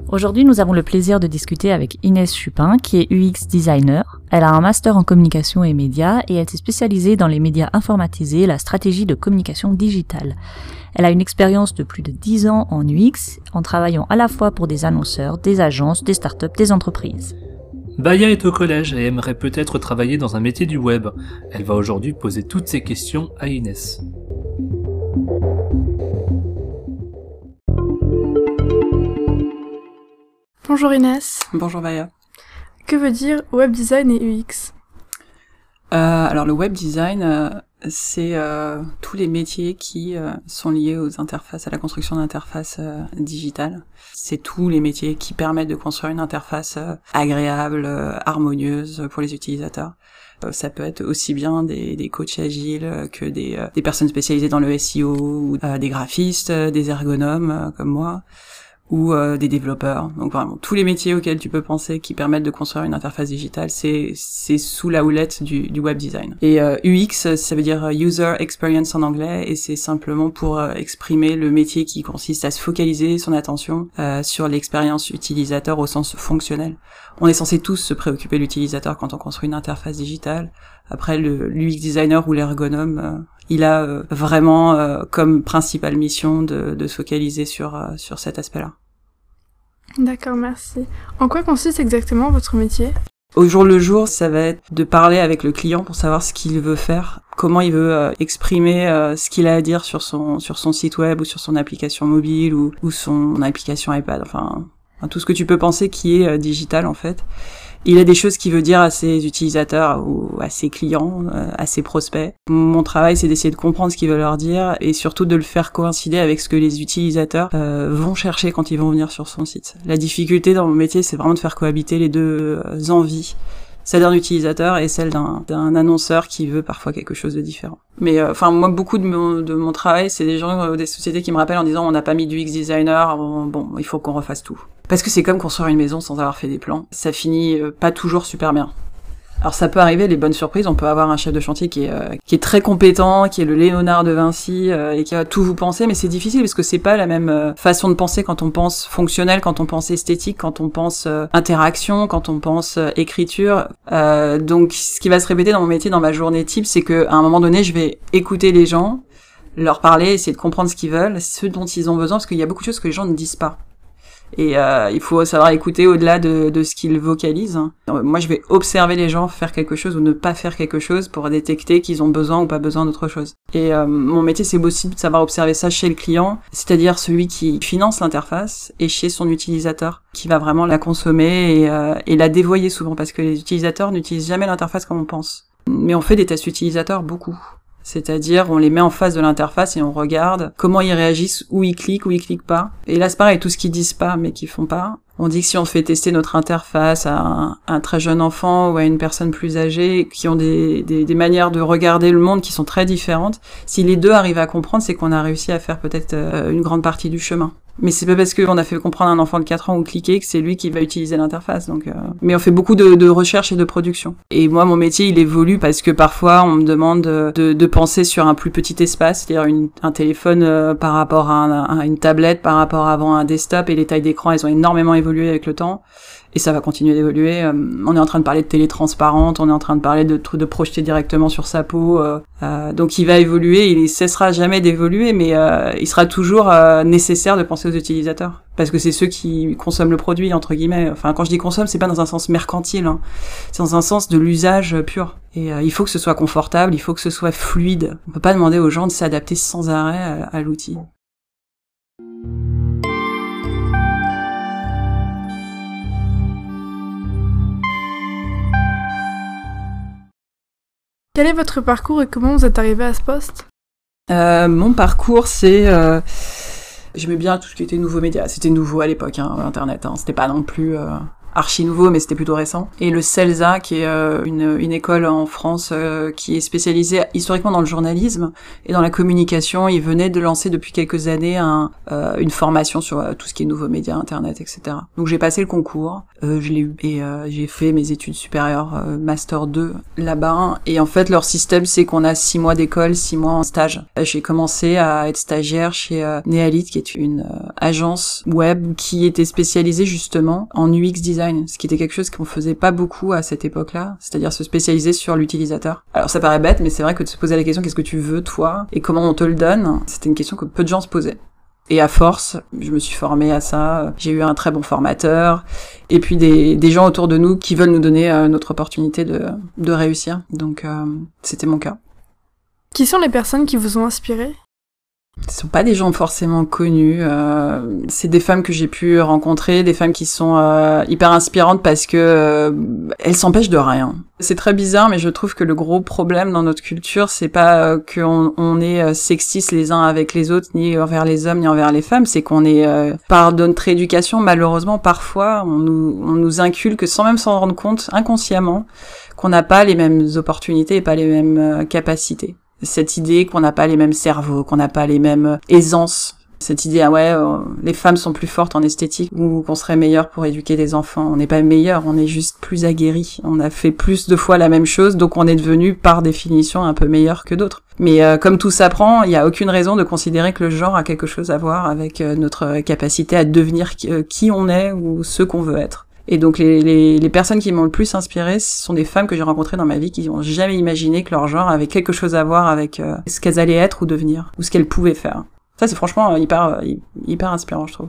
Aujourd'hui, nous avons le plaisir de discuter avec Inès Chupin, qui est UX designer. Elle a un master en communication et médias et elle s'est spécialisée dans les médias informatisés et la stratégie de communication digitale. Elle a une expérience de plus de 10 ans en UX, en travaillant à la fois pour des annonceurs, des agences, des startups, des entreprises. Baya est au collège et aimerait peut-être travailler dans un métier du web. Elle va aujourd'hui poser toutes ces questions à Inès. Bonjour Inès. Bonjour Baya. Que veut dire web design et UX? Alors le web design, c'est tous les métiers qui sont liés aux interfaces, à la construction d'interfaces digitales. C'est tous les métiers qui permettent de construire une interface agréable, harmonieuse pour les utilisateurs. Ça peut être aussi bien des coachs agiles que des personnes spécialisées dans le SEO, ou des graphistes, des ergonomes comme moi, ou des développeurs. Donc vraiment tous les métiers auxquels tu peux penser qui permettent de construire une interface digitale, c'est sous la houlette du web design. Et UX, ça veut dire User Experience en anglais, et c'est simplement pour exprimer le métier qui consiste à se focaliser son attention sur l'expérience utilisateur au sens fonctionnel. On est censé tous se préoccuper de l'utilisateur quand on construit une interface digitale. Après, l'UX designer ou l'ergonome, il a vraiment comme principale mission de se focaliser sur cet aspect-là. D'accord, merci. En quoi consiste exactement votre métier ? Au jour le jour, ça va être de parler avec le client pour savoir ce qu'il veut faire, comment il veut exprimer ce qu'il a à dire sur son site web ou sur son application mobile ou son application iPad, enfin tout ce que tu peux penser qui est digital en fait. Il a des choses qu'il veut dire à ses utilisateurs ou à ses clients, à ses prospects. Mon travail, c'est d'essayer de comprendre ce qu'il veut leur dire et surtout de le faire coïncider avec ce que les utilisateurs vont chercher quand ils vont venir sur son site. La difficulté dans mon métier, c'est vraiment de faire cohabiter les deux envies, celle d'un utilisateur et celle d'un annonceur qui veut parfois quelque chose de différent. Mais moi, beaucoup de mon travail, c'est des gens, des sociétés qui me rappellent en disant on n'a pas mis du UX designer, bon, il faut qu'on refasse tout. Parce que c'est comme construire une maison sans avoir fait des plans. Ça finit pas toujours super bien. Alors ça peut arriver, les bonnes surprises, on peut avoir un chef de chantier qui est très compétent, qui est le Léonard de Vinci et qui va tout vous penser, mais c'est difficile parce que c'est pas la même façon de penser quand on pense fonctionnel, quand on pense esthétique, quand on pense interaction, quand on pense écriture. Donc ce qui va se répéter dans mon métier, dans ma journée type, c'est que à un moment donné, je vais écouter les gens, leur parler, essayer de comprendre ce qu'ils veulent, ce dont ils ont besoin, parce qu'il y a beaucoup de choses que les gens ne disent pas. Et il faut savoir écouter au-delà de ce qu'ils vocalisent. Moi, je vais observer les gens faire quelque chose ou ne pas faire quelque chose pour détecter qu'ils ont besoin ou pas besoin d'autre chose. Et mon métier, c'est aussi de savoir observer ça chez le client, c'est-à-dire celui qui finance l'interface, et chez son utilisateur, qui va vraiment la consommer et la dévoyer souvent, parce que les utilisateurs n'utilisent jamais l'interface comme on pense. Mais on fait des tests utilisateurs beaucoup. C'est-à-dire, on les met en face de l'interface et on regarde comment ils réagissent, où ils cliquent pas. Et là, c'est pareil, tout ce qu'ils disent pas, mais qu'ils font pas. On dit que si on fait tester notre interface à un très jeune enfant ou à une personne plus âgée, qui ont des manières de regarder le monde qui sont très différentes, si les deux arrivent à comprendre, c'est qu'on a réussi à faire peut-être une grande partie du chemin. Mais c'est pas parce qu'on a fait comprendre à un enfant de 4 ans où cliquer que c'est lui qui va utiliser l'interface. Donc, mais on fait beaucoup de recherche et de production. Et moi, mon métier, il évolue parce que parfois, on me demande de penser sur un plus petit espace, c'est-à-dire un téléphone par rapport à une tablette, par rapport avant un desktop, et les tailles d'écran, elles ont énormément évolué avec le temps. Et ça va continuer d'évoluer. On est en train de parler de télé transparente, on est en train de parler de projeter directement sur sa peau. Donc il va évoluer, il cessera jamais d'évoluer, mais il sera toujours nécessaire de penser aux utilisateurs. Parce que c'est ceux qui consomment le produit, entre guillemets. Enfin, quand je dis consomme, c'est pas dans un sens mercantile, hein. C'est dans un sens de l'usage pur. Et il faut que ce soit confortable, il faut que ce soit fluide. On peut pas demander aux gens de s'adapter sans arrêt à l'outil. Quel est votre parcours et comment vous êtes arrivé à ce poste ? Mon parcours, c'est... j'aimais bien tout ce qui était nouveaux médias. C'était nouveau à l'époque, Internet. C'était pas non plus archi nouveau, mais c'était plutôt récent. Et le CELSA, qui est une école en France qui est spécialisée historiquement dans le journalisme et dans la communication. Ils venaient de lancer depuis quelques années une formation sur tout ce qui est nouveaux médias, Internet, etc. Donc j'ai passé le concours, je l'ai eu, et j'ai fait mes études supérieures, Master 2, là-bas. Et en fait, leur système, c'est qu'on a 6 mois d'école, 6 mois en stage. J'ai commencé à être stagiaire chez Nealit, qui est une agence web qui était spécialisée justement en UX design, ce qui était quelque chose qu'on faisait pas beaucoup à cette époque-là, c'est-à-dire se spécialiser sur l'utilisateur. Alors ça paraît bête, mais c'est vrai que de se poser la question qu'est-ce que tu veux toi et comment on te le donne, c'était une question que peu de gens se posaient. Et à force, je me suis formée à ça, j'ai eu un très bon formateur, et puis des gens autour de nous qui veulent nous donner notre opportunité de réussir. Donc c'était mon cas. Qui sont les personnes qui vous ont inspiré ? Ce sont pas des gens forcément connus, c'est des femmes que j'ai pu rencontrer, des femmes qui sont hyper inspirantes parce que elles s'empêchent de rien. C'est très bizarre, mais je trouve que le gros problème dans notre culture, c'est pas qu'on est sexistes les uns avec les autres, ni envers les hommes, ni envers les femmes, c'est qu'on est, par notre éducation, malheureusement, parfois, on nous inculque, sans même s'en rendre compte, inconsciemment, qu'on n'a pas les mêmes opportunités et pas les mêmes capacités. Cette idée qu'on n'a pas les mêmes cerveaux, qu'on n'a pas les mêmes aisances. Cette idée, les femmes sont plus fortes en esthétique ou qu'on serait meilleur pour éduquer des enfants. On n'est pas meilleur, on est juste plus aguerri. On a fait plus de fois la même chose, donc on est devenu par définition un peu meilleur que d'autres. Mais comme tout s'apprend, il n'y a aucune raison de considérer que le genre a quelque chose à voir avec notre capacité à devenir qui on est ou ce qu'on veut être. Et donc les personnes qui m'ont le plus inspirée, ce sont des femmes que j'ai rencontrées dans ma vie qui n'ont jamais imaginé que leur genre avait quelque chose à voir avec ce qu'elles allaient être ou devenir, ou ce qu'elles pouvaient faire. Ça, c'est franchement hyper inspirant, je trouve.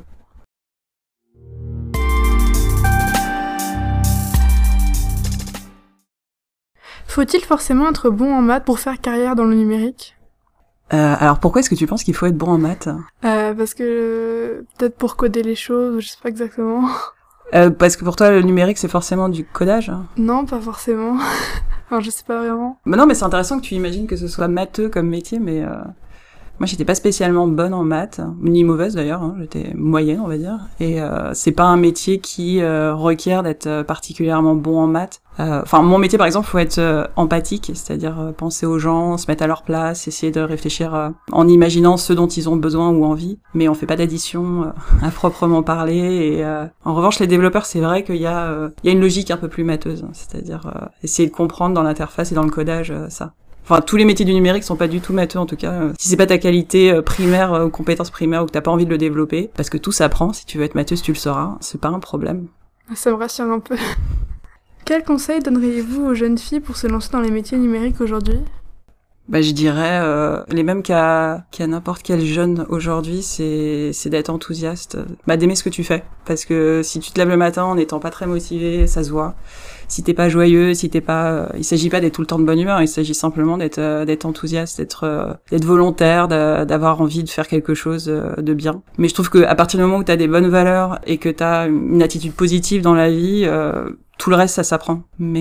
Faut-il forcément être bon en maths pour faire carrière dans le numérique ? Alors pourquoi est-ce que tu penses qu'il faut être bon en maths ? Parce que peut-être pour coder les choses, je sais pas exactement. Parce que pour toi, le numérique, c'est forcément du codage ? Non, pas forcément. Enfin, je sais pas vraiment. Bah non, mais c'est intéressant que tu imagines que ce soit matheux comme métier, mais moi, j'étais pas spécialement bonne en maths, ni mauvaise d'ailleurs, hein, j'étais moyenne, on va dire. Et c'est pas un métier qui requiert d'être particulièrement bon en maths. Enfin, mon métier, par exemple, faut être empathique, c'est-à-dire penser aux gens, se mettre à leur place, essayer de réfléchir en imaginant ce dont ils ont besoin ou envie. Mais on fait pas d'addition à proprement parler. Et en revanche, les développeurs, c'est vrai qu'il y a une logique un peu plus matheuse, hein, c'est-à-dire essayer de comprendre dans l'interface et dans le codage ça. Enfin, tous les métiers du numérique sont pas du tout matheux, en tout cas. Si c'est pas ta qualité primaire, ou compétence primaire, ou que t'as pas envie de le développer, parce que tout s'apprend, si tu veux être matheuse, tu le sauras, c'est pas un problème. Ça me rassure un peu. Quels conseils donneriez-vous aux jeunes filles pour se lancer dans les métiers numériques aujourd'hui ? Bah, je dirais les mêmes qu'à n'importe quel jeune aujourd'hui, c'est d'être enthousiaste, d'aimer ce que tu fais, parce que si tu te lèves le matin en n'étant pas très motivé, ça se voit. Si t'es pas joyeux, si t'es pas, il s'agit pas d'être tout le temps de bonne humeur, il s'agit simplement d'être enthousiaste, d'être volontaire, d'avoir envie de faire quelque chose de bien. Mais je trouve que à partir du moment où t'as des bonnes valeurs et que t'as une attitude positive dans la vie, tout le reste ça s'apprend.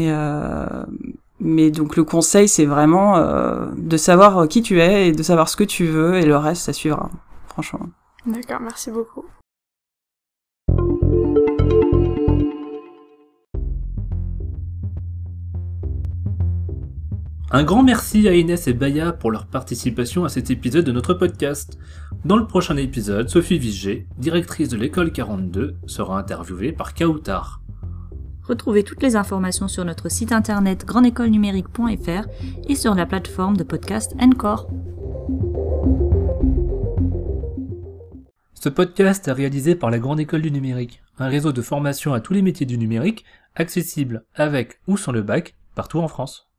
Mais donc le conseil c'est vraiment de savoir qui tu es et de savoir ce que tu veux et le reste ça suivra, franchement. D'accord, merci beaucoup. Un grand merci à Inès et Baya pour leur participation à cet épisode de notre podcast. Dans le prochain épisode, Sophie Vigé, directrice de l'école 42, sera interviewée par Kautar. Retrouvez toutes les informations sur notre site internet grandécolenumérique.fr et sur la plateforme de podcast Encore. Ce podcast est réalisé par la Grande École du Numérique, un réseau de formation à tous les métiers du numérique, accessible avec ou sans le bac, partout en France.